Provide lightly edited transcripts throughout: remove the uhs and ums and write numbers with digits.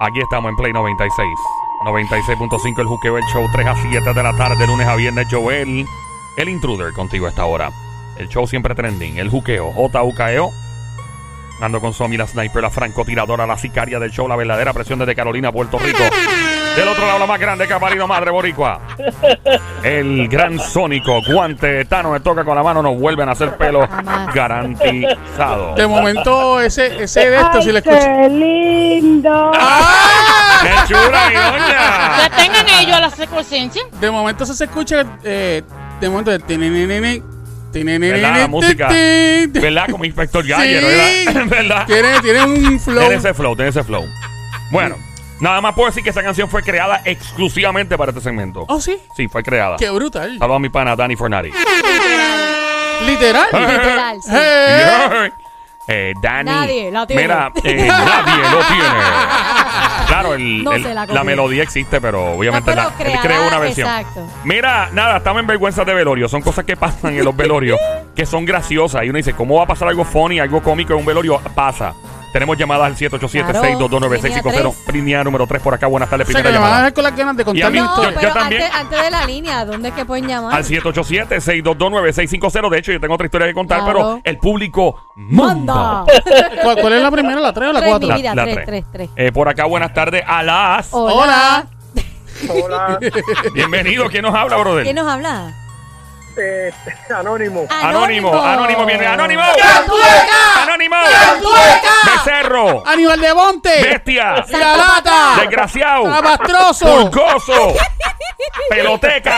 Aquí estamos en Play 96. 96.5 el juqueo, el show 3 a 7 de la tarde, lunes a viernes. Joel, el intruder contigo a esta hora. El show siempre trending, el juqueo, JUKEO. Ando con Somi, la sniper, la francotiradora, la sicaria del show, la verdadera presión desde Carolina, Puerto Rico. Del otro lado, la más grande que ha parido madre boricua. El gran sónico, guante, Tano, me toca con la mano, nos vuelven a hacer pelo garantizado. De momento, ese de esto, si le escucho. ¡Qué lindo! ¡Ah! ¡Qué chula, mi doña! Que tengan ellos a la secuencia. De momento se escucha, de momento, ¿Verdad? La música, ¿verdad? Como Inspector Gadget, ¿verdad? ¿Verdad? Tiene un flow. Tiene ese flow. Bueno, nada más puedo decir que esa canción fue creada exclusivamente para este segmento. ¿Oh, sí? Sí, fue creada. ¡Qué brutal! Saludos a mi pana Danny Fornari. ¿Literal? Literal, sí. Danny. Nadie la tiene. Mira, nadie lo tiene. Claro, No se la la copió. melodía existe, pero obviamente pero él creó una versión. exacto. Mira, nada, estamos en vergüenza de velorio. Son cosas que pasan en los velorios que son graciosas. Y uno dice, ¿cómo va a pasar algo funny, algo cómico en un velorio? Pasa. Tenemos llamadas al 787-622-9650. Línea número 3 por acá. Buenas tardes, O sea, que primera me van a llamada. dejar con las ganas de Y a mí- contar. No, yo pero también. antes de la línea, ¿dónde es que pueden llamar? Al 787-622-9650. De hecho, yo tengo otra historia que contar, Claro. pero el público manda. ¿Cuál es la primera, la 3 o la Tres, 4? mi vida, La tres, tres. tres, tres. Por acá, buenas tardes a las. Hola. Hola, Bienvenido. ¿Quién nos habla, brother? ¿Quién nos habla? Anónimo. Anónimo viene. Anónimo. ¡Cantueca! Anónimo. ¡Cantueca! Becerro. ¡Aníbal de Monte! Bestia. ¡La lata! Desgraciado. ¡Alabastroso! Pulgoso. Peloteca.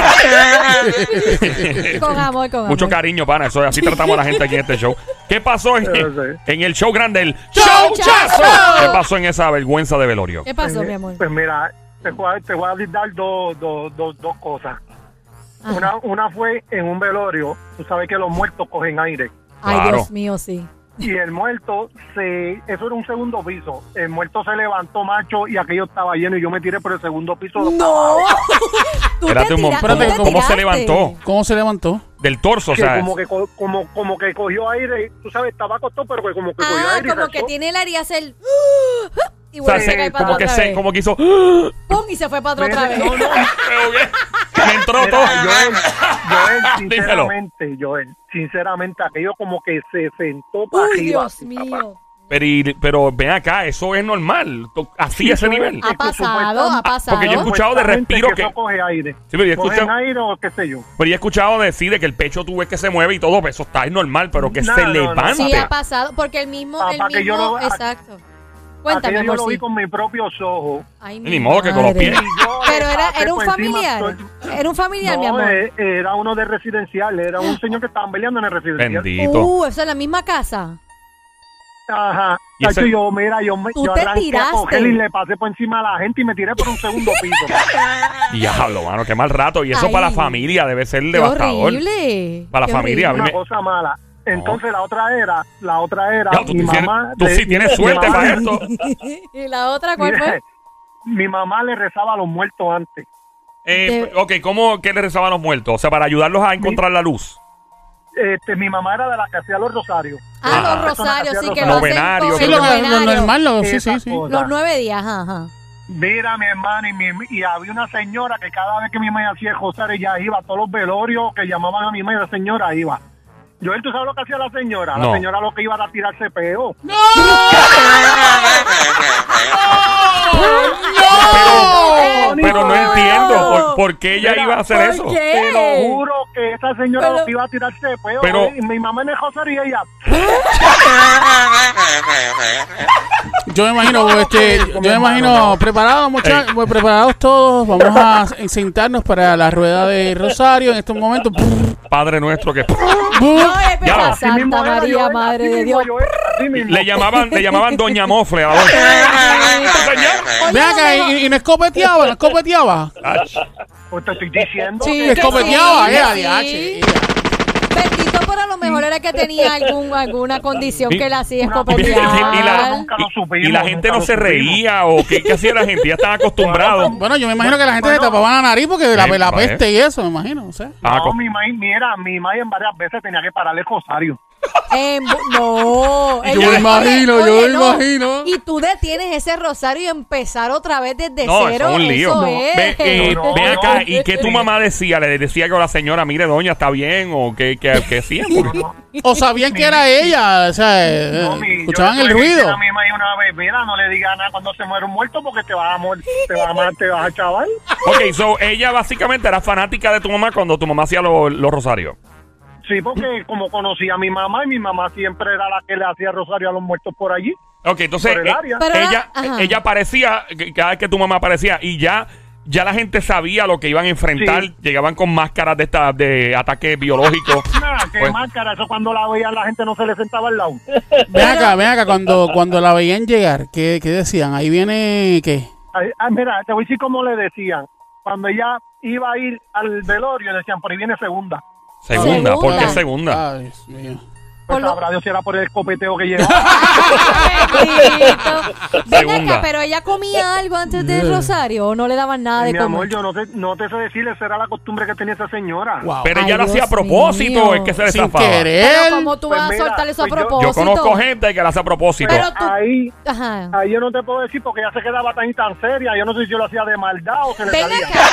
Con amor, con amor. Mucho cariño, pana. Eso, así tratamos a la gente aquí en este show. ¿Qué pasó en el show grande? El ¡Showchazo! ¿Qué pasó en esa vergüenza de velorio? ¿Qué pasó, mi amor? Pues mira, te voy a dar dos cosas. Ajá. Una fue en un velorio. Tú sabes que los muertos cogen aire. Ay, Claro. Dios mío, sí. Y el muerto, eso era un segundo piso. El muerto se levantó, macho, y aquello estaba lleno. Y yo me tiré por el segundo piso. ¡No! Tú Espérate te un momento. tira- tú te ¿Cómo se tiraste. levantó? ¿Cómo se levantó? Del torso, o Que sea. como que cogió aire. Tú sabes, estaba acostado, pero que como que cogió Ah, aire. y como que rezó. tiene el área hacer... Y O sea, vuelve a caer para como que otra se, vez. como que hizo. ¡Pum! Y se fue para otra vez. No, no. Me entró todo. Mira, Joel, Dímelo. sinceramente, aquello como que se sentó para ¡Uy, arriba. Dios mío! Pero ven acá, eso es normal. Así ese nivel. Ha pasado, ha pasado. porque yo he escuchado de respiro que. eso coge aire. Sí, pero yo he Cogen escuchado, aire o qué sé yo. pero yo he escuchado decir de que el pecho tú ves que se mueve y todo, pues eso está es normal, pero que No, se no, no. levante. Sí, ha pasado, porque el mismo, Papá, que yo lo- exacto. Cuéntame, Aquello yo lo amor, vi sí. con mis propios ojos. Ay, Ni modo que con los madre. pies. Yo Pero le pasé era un por encima familiar. todo- Era un familiar, mi No, amor. era uno de residencial. Era un señor que estaban peleando en el residencial. Bendito. Eso es la misma casa. Ajá. Y ese- Tacho, yo Tú yo te arranqué tiraste. a coger y le pasé por encima a la gente y me tiré por un segundo piso. Diablo, mano, qué mal rato. Y eso Ay. para la familia debe ser ¡Qué devastador. horrible! Para la Qué familia, horrible. Una cosa mala. Entonces la otra era Ya, mi mamá. tú sí tienes suerte mi mamá- para esto. ¿Y la otra cuál Mire, fue? mi mamá le rezaba a los muertos antes. Ok, ¿qué le rezaban a los muertos? O sea, para ayudarlos a encontrar la luz. Mi mamá era de la que hacía los rosarios. Ah, Ah. los rosarios, sí, que Los lo hacen novenarios, con Sí, Sí, lo, los lo novenarios. normal, sí, Esa sí. cosa. Los 9 días, ajá. Mira, mi hermana, y había una señora que cada vez que mi mamá hacía el rosario, ella iba a todos los velorios que llamaban a mi mamá y la señora iba. Joel, ¿tú sabes lo que hacía la señora? No. La señora lo que iba era a tirarse peo. Pero no entiendo por qué ella Mira, iba a hacer ¿por eso. qué? Te lo juro que esa señora Pero- lo que iba a tirarse peo. Pero- Y mi mamá en el rosario y ella... Yo me imagino, preparados, muchachos, preparados todos. Vamos a sentarnos para la rueda de Rosario en estos momentos. Padre nuestro que No, Ya, pero así Así mismo Santa era, María, Joel, Madre así de mismo, Dios. Joel, así mismo. le llamaban Doña Mofle a la doña. Oye, Ve acá, lo mejor- y no escopeteaba, no escopeteaba. Ach, Pues te estoy diciendo. Sí, que- que Escopeteaba, sí, que DH. sí. Bendito, pero a lo mejor era que tenía alguna condición Y- que la hacía Una- escopetear. y la- Nunca lo supimos, y la gente nunca no lo se supimos. reía o qué hacía la gente, ya están acostumbrados. Bueno, yo me imagino que la gente Bueno. se tapaba la nariz porque de la pues. peste y eso, me imagino, o sea. Ah, No, mi mamá en varias veces tenía que pararle el rosario. No. Yo me imagino, imagino. Y tú detienes ese rosario y empezar otra vez desde No, cero. eso es un lío. Eso es. Ven acá, no. ¿y qué tu mamá decía? ¿Le decía que la señora, mire, doña, está bien? ¿O qué hacía? O sabían que era ella, o sea, escuchaban el ruido. A mí me dijo una vez, mira, no le digas nada cuando se muere un muerto porque te vas a morir, te vas a chaval. Ok, so ella básicamente era fanática de tu mamá cuando tu mamá hacía los rosarios. Sí, porque como conocía a mi mamá y mi mamá siempre era la que le hacía rosario a los muertos por allí. Ok, entonces Por el área. Pero ella aparecía, cada vez que tu mamá aparecía, y ya la gente sabía lo que iban a enfrentar. Sí. Llegaban con máscaras de ataque biológico. Nada, que Pues- máscara, eso cuando la veía la gente no se le sentaba al lado. Ven acá, cuando la veían llegar, ¿qué decían? Ahí viene, ¿qué? Mira, te voy a decir cómo le decían. Cuando ella iba a ir al velorio, decían, por ahí viene segunda. Segunda, ¿por qué Segunda. segunda? Ay, Dios mío. Pues Por lo- sabrá Dios si era por el escopeteo que llevaba. Bendito. Ven Segunda. acá, pero ella comía algo antes del rosario o no le daban nada de Mi amor, comer. yo no te sé decir, esa era la costumbre que tenía esa señora. Wow. Pero Ay, ella lo Dios hacía a propósito, mío. es que se le Sin zafaba. querer. Pero ¿cómo tú Pues vas a mira, soltar eso a pues yo- propósito? Yo conozco gente que lo hace a propósito. Pero tú... Ahí Ajá. yo no te puedo decir porque ella se quedaba tan seria. Yo no sé si yo lo hacía de maldad o se le Ven salía. acá.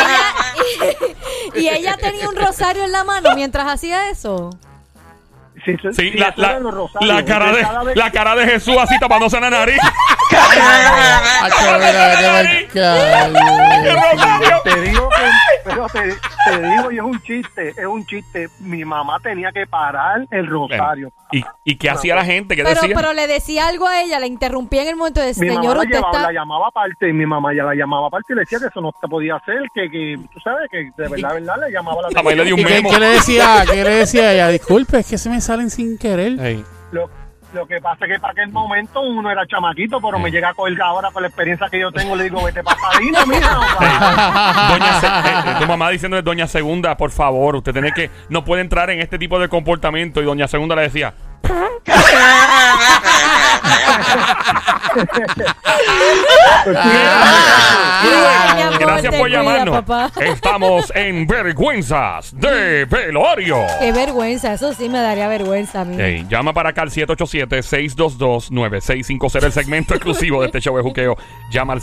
Y ella tenía un rosario en la mano mientras hacía eso. Sí, Sí, eso eran los rosarios. Cada vez- la cara de Jesús así tapándose la nariz. Acho, mira, vete pa'l ¡El rosario! Te digo que, pero te digo, y es un chiste. Mi mamá tenía que parar el rosario. ¿Y qué hacía la gente? ¿Qué Pero, decía? pero le decía algo a ella, la interrumpía en el momento de Mi mamá señor, la, usted está... la llamaba aparte, y mi mamá ya la llamaba aparte y le decía que eso no se podía hacer, que tú sabes, que de verdad, le llamaba la La mamá le dio un ¿Y memo. qué le decía? ¿Qué le decía ella? Disculpe, es que se me salen sin querer. Ey. Lo que pasa es que para aquel momento uno era chamaquito, pero me llega a colgar ahora con la experiencia que yo tengo, le digo, vete pasadino, mija. Tu mamá diciendo de Doña Segunda, por favor, usted tiene que, no puede entrar en este tipo de comportamiento. Y Doña Segunda le decía, Ay, mi amor, gracias te por cuida, llamarnos. papá. Estamos en Vergüenzas de Velorio. Qué vergüenza, eso sí me daría vergüenza a mí. Ey, llama para acá al 787-622-9650, el segmento exclusivo de este show de juqueo. Llama al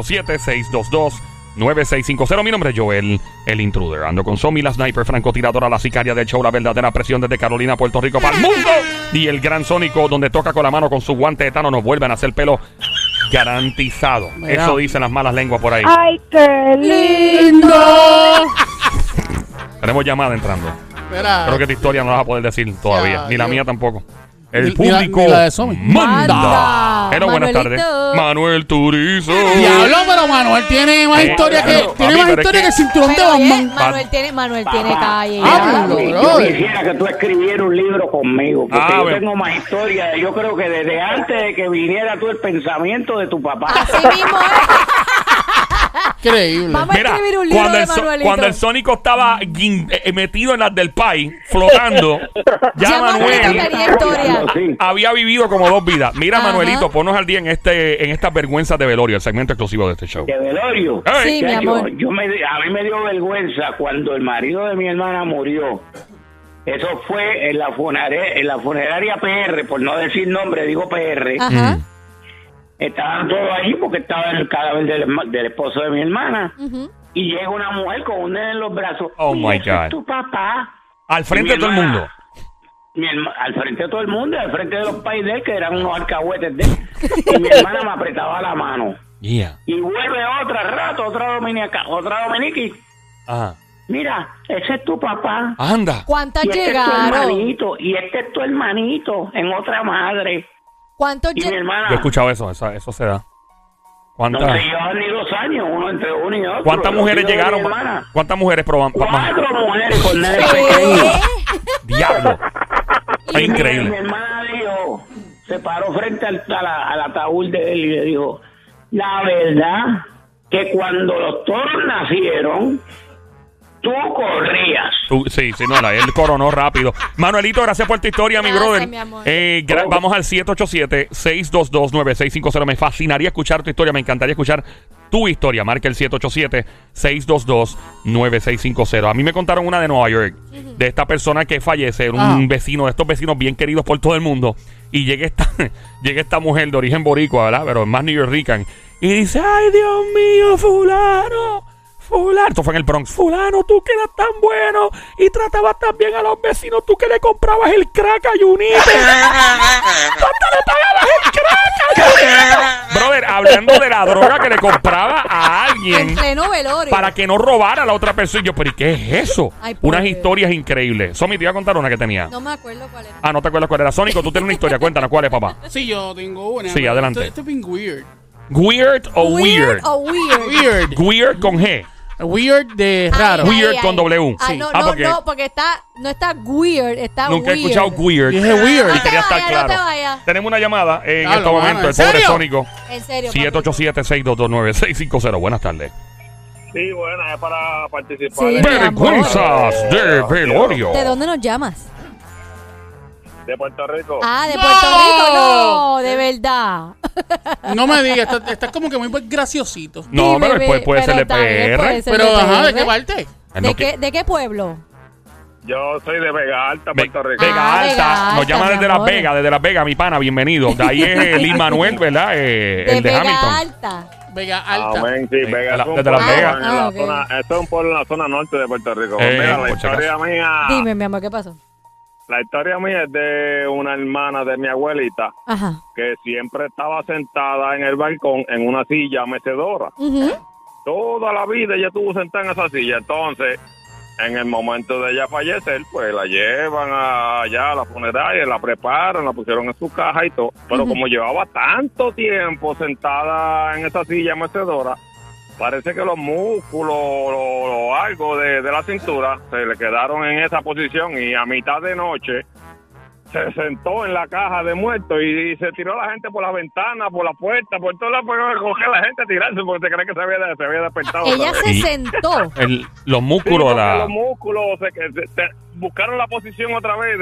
787-622-9650. Mi nombre es Joel, el intruder. Ando con Somi, la sniper francotiradora, la sicaria del show, la verdadera presión desde Carolina, Puerto Rico para el mundo. Y el gran Sónico, donde toca con la mano con su guante de Thanos, nos vuelven a hacer pelo garantizado. Mira. Eso dicen las malas lenguas por ahí. ¡Ay, qué ¡Lindo! Tenemos llamada entrando. Espera. Creo que tu historia no la vas a poder decir todavía, Ya, ni la yo- mía tampoco. El Ni la- público ni la de Somi. manda. Manda. Hello, buenas Manuelito. tardes. Manuel Turizo. Diablo, pero Manuel tiene más historia que claro, tiene papi, más pero es historia que- que el cinturón de Pero oye, Batman. Manuel tiene calle. Ah, ya. bro. Yo quisiera que tú escribieras un libro conmigo, porque yo bueno. tengo más historia. Yo creo que desde antes de que viniera tú el pensamiento de tu papá. Así mismo es. Increíble. Vamos a escribir un libro de Manuelito. cuando el Sónico estaba metido en las del país, flotando, ya Ya Manuel Manuelito tenía historia. Sí. había vivido como dos vidas. Mira, Ajá. Manuelito, ponnos al día en estas vergüenzas de velorio, el segmento exclusivo de este show. De velorio. Ey. Sí, mi Chacho, amor. a mí me dio vergüenza cuando el marido de mi hermana murió. Eso fue en la funeraria PR, por no decir nombre, digo PR. Ajá. Estaban todos allí porque estaba el cadáver del esposo de mi hermana. Ujú. Y llega una mujer con un nene en los brazos. Oh, "Mira, my ese God. es tu papá. Al frente de Mi todo el hermana- mundo. Al frente de todo el mundo, al frente de los pais de él, que eran unos alcahuetes de él. Y mi hermana me apretaba la mano. Yeah. Y vuelve otra dominica. Ajá. Mira, ese es tu papá. Anda. ¿Cuántas Y este es tu llegaron? hermanito. Y este es tu hermanito en otra madre. ¿Cuántos Y mi llegaron? hermana. Yo he escuchado eso se da. No ¿Cuántas, se llevaban ni 2 años, uno entre uno y otro. ¿cuántas Los mujeres hijos de mi llegaron? hermana. ¿Cuántas mujeres proban? 4 mujeres con nenes ¿Qué? pequeños. Diablo. Y mi Increíble. hermana dijo, se paró frente al ataúd de él y le dijo, la verdad que cuando los toros nacieron, tú corrías. Sí, no, él coronó rápido. Manuelito, gracias por tu historia, mi Gracias, brother. mi amor. Vamos al 787-622-9650. Me fascinaría escuchar tu historia, me encantaría escuchar tu historia. Marca el 787-622-9650. A mí me contaron una de Nueva York, de esta persona que fallece, un vecino, de estos vecinos bien queridos por todo el mundo. Y llega esta mujer de origen boricua, ¿verdad? Pero más New Yorkican. Y dice, ay, Dios mío, fulano. Esto fue en el Bronx. Fulano, tú que eras tan bueno y tratabas tan bien a los vecinos, tú que le comprabas el crack a Junito. ¿Cuánto le pagabas el crack a Junito? Brother, hablando de la droga que le compraba a alguien En pleno velorio. para que no robara a la otra persona. Y yo, pero ¿y qué es eso? Ay, pobre. Unas historias increíbles. Somi, te iba a contar una que tenía. No me acuerdo cuál era. Ah, ¿no te acuerdas cuál era? Sónico, tú tienes una historia. Cuéntanos cuál es, papá. Sí, yo tengo una. Sí, adelante. Esto es bien weird. ¿Weird o weird? o weird? Weird. Weird con G. Weird de raro. Ay, Weird ay, con ay. W. Ah, Sí. no, Ah, no, porque- no, porque no está weird, está Nunca he weird. escuchado weird. Dije weird. Y No te quería estar vayas, claro. no te vayas. Tenemos una llamada en Claro, este momento. mano, El ¿en pobre serio? Sónico. En serio, 787-622-9650. Buenas tardes. Sí, bueno, es para participar. Sí, mi Vergüenzas de velorio. ¿De dónde nos llamas? De Puerto Rico. Ah, de Puerto Rico, no, de verdad. No me digas, estás como que muy graciosito. No, Dime, pero después puede ser de también puede PR. ser Pero, de ajá, ¿de PR. qué parte? ¿De qué pueblo? Yo soy de Vega Alta, Puerto Rico. Vega Ah, Alta. Vega Nos Alta, llama mi desde Las amor. Vegas, mi pana, bienvenido. De ahí es Lin Manuel, ¿verdad? De El de Vega Hamilton. Alta. Vega Alta. Amén, sí, Vega es un desde Las pueblo Vegas. en la Ah, ok. zona, esto es un pueblo en la zona norte de Puerto Rico. Mira, la por si historia mía, Dime, mi amor, ¿qué pasó? la historia mía es de una hermana de mi abuelita Ajá. que siempre estaba sentada en el balcón en una silla mecedora. Ujú. Toda la vida ella estuvo sentada en esa silla. Entonces, en el momento de ella fallecer, pues la llevan allá a la funeraria, la preparan, la pusieron en su caja y todo. Pero como llevaba tanto tiempo sentada en esa silla mecedora, parece que los músculos o algo de la cintura se le quedaron en esa posición y a mitad de noche se sentó en la caja de muertos y se tiró la gente por la ventana, por la puerta, por todas las para coger a la gente a tirarse porque se cree que se había despertado. Ella otra vez. se Y- sentó. Los Sí, músculos, porque los músculos buscaron la posición otra vez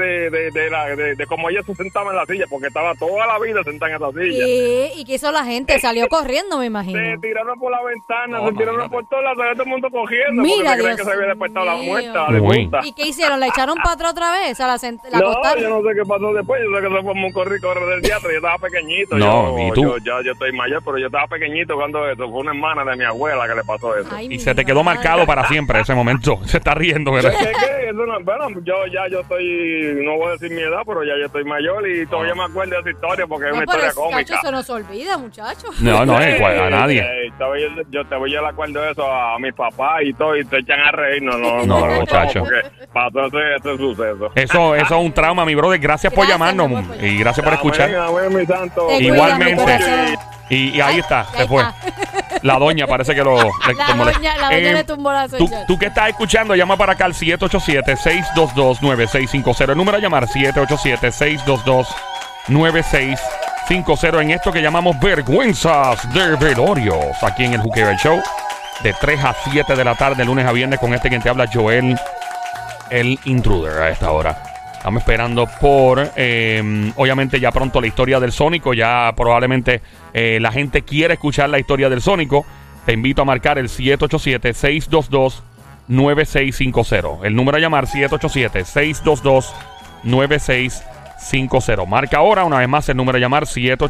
de cómo ella se sentaba en la silla, porque estaba toda la vida sentada en esa silla. ¿Y qué hizo la gente? Salió corriendo, me imagino. Se tiraron por la ventana, No, se tiraron imagínate. por todas las, todo el mundo cogiendo, Mira, porque se creen Dios que se había despertado la mío. muerta, Uy. difunta. ¿Y qué hicieron? ¿La echaron para atrás otra vez? ¿La No, acostaron? yo no sé qué pasó después, yo sé que se formó un corrido del teatro, yo estaba pequeñito. No, ¿y tú? Yo estoy mayor, pero yo estaba pequeñito cuando eso, fue una hermana de mi abuela que le pasó eso. Ay, y mi se te quedó madre. marcado para siempre ese momento. Se está riendo, ¿verdad? ¿Qué? Eso no, bueno, yo estoy, no voy a decir mi edad, pero ya yo estoy mayor y todavía me acuerdo de esa historia porque es No, una pero historia cómica. Cacho, se nos olvida, muchachos. No, no, a nadie. Yo te voy a acuerdo de eso a mi papá y todo, y te echan a reír. No, muchacho. porque pasó ese suceso. Eso es un trauma, mi brother. Gracias por Gracias, llamarnos mi amor, por y gracias por escuchar. Amén, mi santo. Te Igualmente. cuidas, mi corazón. Y ahí está, Ya se fue. está. La doña parece que lo... La doña le tumbó la señal. Tú que estás escuchando, llama para acá al 787-622-9650. El número a llamar, 787-622-9650. En esto que llamamos Vergüenzas de Velorios. Aquí en el Juqueo el Show. De 3 a 7 de la tarde, lunes a viernes, con quien te habla, Joel, el intruder, a esta hora. Estamos esperando por, obviamente, ya pronto la historia del Sónico. Ya probablemente la gente quiere escuchar la historia del Sónico. Te invito a marcar el 787-622-9650. El número a llamar, 787-622-9650. Marca ahora, una vez más, el número a llamar,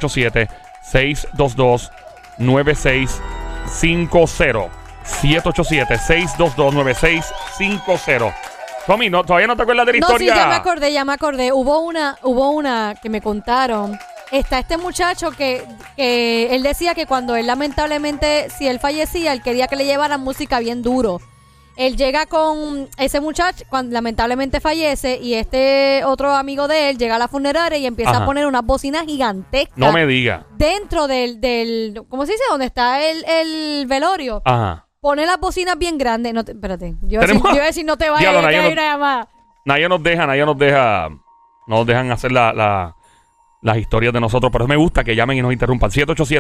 787-622-9650. 787-622-9650. Tommy, todavía no te acuerdas de la No, historia. sí, ya me acordé. Hubo una que me contaron. Está este muchacho que él decía que cuando él lamentablemente, si él fallecía, él quería que le llevaran música bien duro. Él llega con ese muchacho, cuando lamentablemente fallece, y este otro amigo de él llega a la funeraria y empieza Ajá. a poner unas bocinas gigantescas. No me diga. Dentro del ¿cómo se dice? Donde está el velorio. Ajá. Pone las bocinas bien grandes. No espérate. Yo iba Tenemos- a decir, no te vayas, Diablo, que Nadia, hay no- una llamada. Nadie nos dejan hacer las historias de nosotros. Pero me gusta que llamen y nos interrumpan.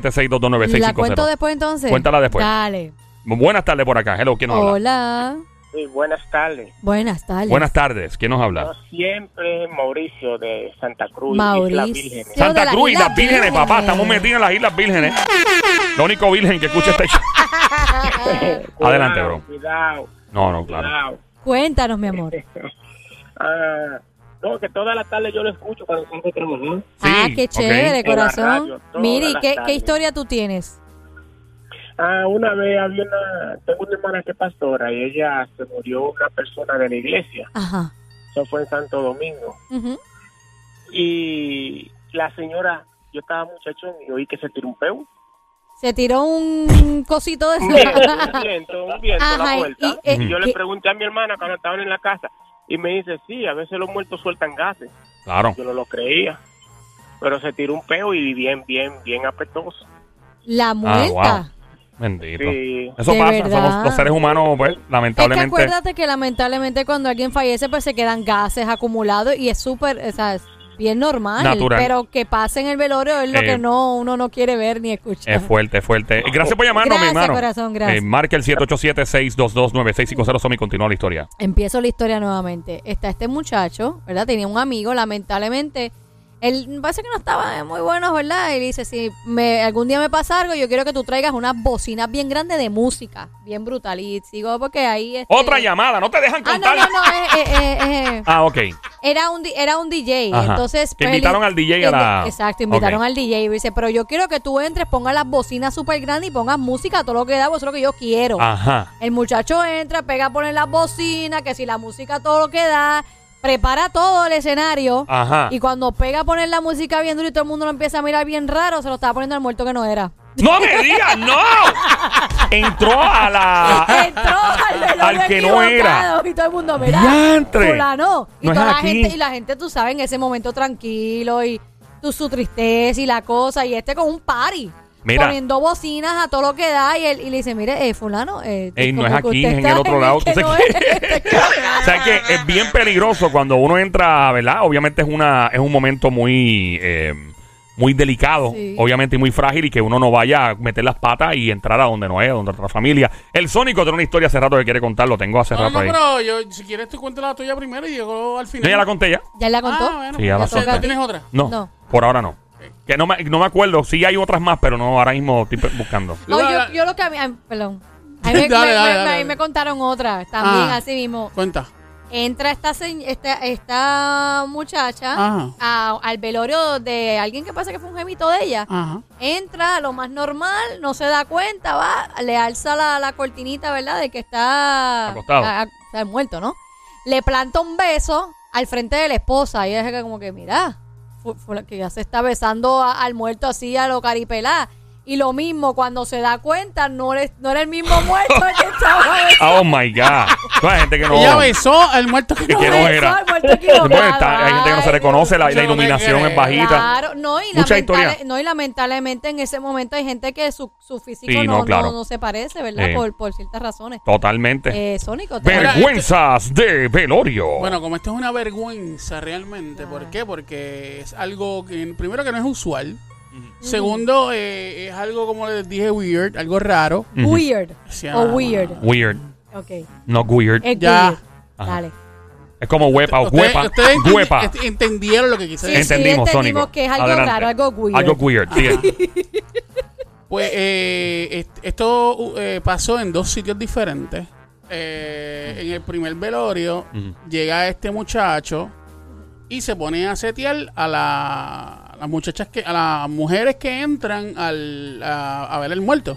787-622-9650. ¿La cuento después entonces? Cuéntala después. Dale. Buenas tardes por acá. Hello, ¿quién nos habla? Hola. Sí, buenas tardes. Buenas tardes. Buenas tardes. ¿Quién nos Yo habla? siempre, Mauricio de Santa Cruz, Mauricio. Islas Vírgenes. Santa de las Cruz, Islas Islas Vírgenes, Vírgenes. papá. Estamos metidos en las Islas Vírgenes. Lo único virgen que escucha este show. Adelante, bro. Cuidado, No, claro. cuidado. Cuéntanos, mi amor. No, que toda la tarde yo lo escucho cuando salgo de trabajar. Sí, Qué ok. chévere, En la corazón. radio, todas Miri, las ¿qué tardes. historia tú tienes? Una vez tengo una hermana que es pastora y ella se murió una persona de la iglesia. Ajá. Eso fue en Santo Domingo. Ujú. Y la señora, yo estaba muchachón y oí que se tiró un peo. Se tiró un cosito de Un viento a Ajá, la puerta. y- Y yo le ¿qué? pregunté a mi hermana cuando estaban en la casa y me dice, sí, a veces los muertos sueltan gases. Claro. Yo no lo creía. Pero se tiró un peo y bien apetoso. La muerta. Bendito. Sí. Eso De pasa. verdad. Somos los seres humanos, pues, Es que lamentablemente. acuérdate que lamentablemente cuando alguien fallece pues se quedan gases acumulados y es súper, o sea, es bien normal. Natural. Pero que pase en el velorio es lo que uno no quiere ver ni escuchar. Es fuerte, es fuerte. Gracias por llamarnos, Gracias, mi hermano. corazón, gracias. Marca el 787-622-9650. Somi, continúa la historia. Empiezo la historia nuevamente. Está este muchacho, ¿verdad? Tenía un amigo, lamentablemente. Él parece que no estaba muy bueno, ¿verdad? Y le dice, si algún día me pasa algo, yo quiero que tú traigas unas bocinas bien grandes de música, bien brutal. Y sigo porque ahí... Otra llamada, no te dejan Ah, contar. no. Ah, ok. Era un DJ. Ajá. Entonces... Que pues, invitaron al DJ a la... Exacto, invitaron Ok. al DJ. Y dice, pero yo quiero que tú entres, pongas las bocinas súper grandes y pongas música a todo lo que da, pues eso es lo que yo quiero. Ajá. El muchacho entra, pega a poner las bocinas, que si la música todo lo que da, prepara todo el escenario. Ajá. Y cuando pega a poner la música bien duro y todo el mundo lo empieza a mirar bien raro, se lo estaba poniendo al muerto que no era. ¡No me digas, no! Entró a la... Entró al velorio al que no era. equivocado y todo el mundo, mira, ¡Diantre! fulano. Y No es toda la aquí. gente, y la gente, tú sabes, en ese momento tranquilo y su tristeza y la cosa, y con un party. Mira. Poniendo bocinas a todo lo que da y él le dice, mire, fulano, Ey, no es como que aquí, usted es en está el otro lado. que ¿Tú no sabes es, qué? usted está- O sea que es bien peligroso cuando uno entra, ¿verdad? Obviamente es un momento muy muy delicado, Sí. obviamente y muy frágil, y que uno no vaya a meter las patas y entrar a donde no es, donde otra familia. El Sónico tiene una historia hace rato que quiere contar, lo tengo hace No, rato ahí. pero si quieres tú cuentas la tuya primero y yo al final. ¿No ya la conté ya? ¿Ya la contó? Ah, bueno, Sí, ya la pues, conté. ¿tienes otra? No, No. por ahora no. Que no me acuerdo, sí hay otras más, pero no, ahora mismo estoy buscando. No, Luego, yo lo que a mí, perdón. A mí, Dale, a dale. mí me contaron otra, también Ah. así mismo. Cuenta. Entra esta muchacha Ajá. al velorio de alguien que pasa que fue un gemito de ella. Ajá. Entra lo más normal, no se da cuenta, va, le alza la cortinita, ¿verdad? De que está Acostado. está muerto, ¿no? Le planta un beso al frente de la esposa y ella es como que, mira, que ya se está besando al muerto así a lo caripelá. Y lo mismo, cuando se da cuenta, no era el mismo muerto el que estaba besando. Oh my God. Hay gente que no. Ella besó al muerto que Que no no era. era. Al muerto equivocado. Bueno, hay gente que no se Ay, reconoce, la Yo no te iluminación creo. es bajita. Claro, no, y Mucha historia. lamentablemente en ese momento hay gente que su físico Sí, no, claro. no se parece, ¿verdad? Sí. Por ciertas razones. Totalmente. Sónico, Vergüenzas de velorio. Bueno, como esto es una vergüenza realmente, ¿por qué? Porque es algo que, primero, que no es usual. Segundo, es algo, como les dije, weird, algo raro. weird Sí, o weird. Weird. Ok. No weird. Es Ya. weird. Ajá. Dale. Es como huepa o huepa. Ustedes Huepa. entendieron lo que quise Sí, decir. Entendimos, entendimos Sónico. que es algo Adelante. raro, algo weird. Algo weird, sí. Pues esto pasó en dos sitios diferentes. En el primer velorio llega este muchacho y se pone a setear a las muchachas a las mujeres que entran a ver el muerto.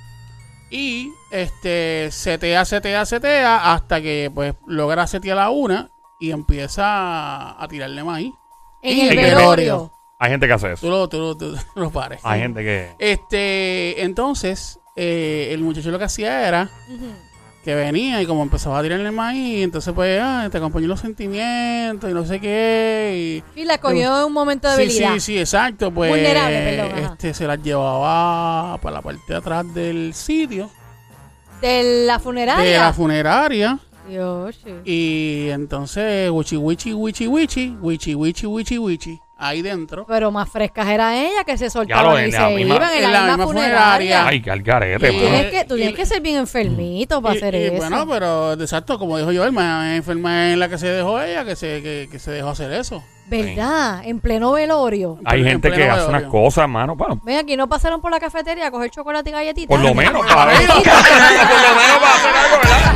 Y setea hasta que pues logra setear a una y empieza a tirarle maíz. En En el el velorio. velorio. Hay gente que hace eso. Tú lo pares. Hay gente que... Entonces, el muchacho lo que hacía era Ujú. que venía y como empezaba a tirarle maíz, entonces pues te acompañó los sentimientos y no sé qué. Y la cogió en un momento de debilidad. Sí, exacto. Pues Vulnerable, perdón, ajá. se las llevaba para la parte de atrás del sitio, De la funeraria. de la funeraria. Dios, sí. Y entonces, wichi. ahí dentro. Pero más frescas era ella, que se soltaban Claro, y en se la misma- iban en la misma funeraria. Ay, qué algarete, Y- mano. Tú tienes que ser bien enfermito para hacer eso. Bueno, pero exacto, como dijo Joel, más enferma en la que se dejó ella, que se dejó hacer eso. ¿Verdad? En pleno velorio. Hay en gente que pleno hace unas velorio. cosas, mano. Bueno, Ven aquí, ¿no pasaron por la cafetería a coger chocolate y galletitas? por lo menos para eso. Por lo menos para hacer algo, ¿verdad?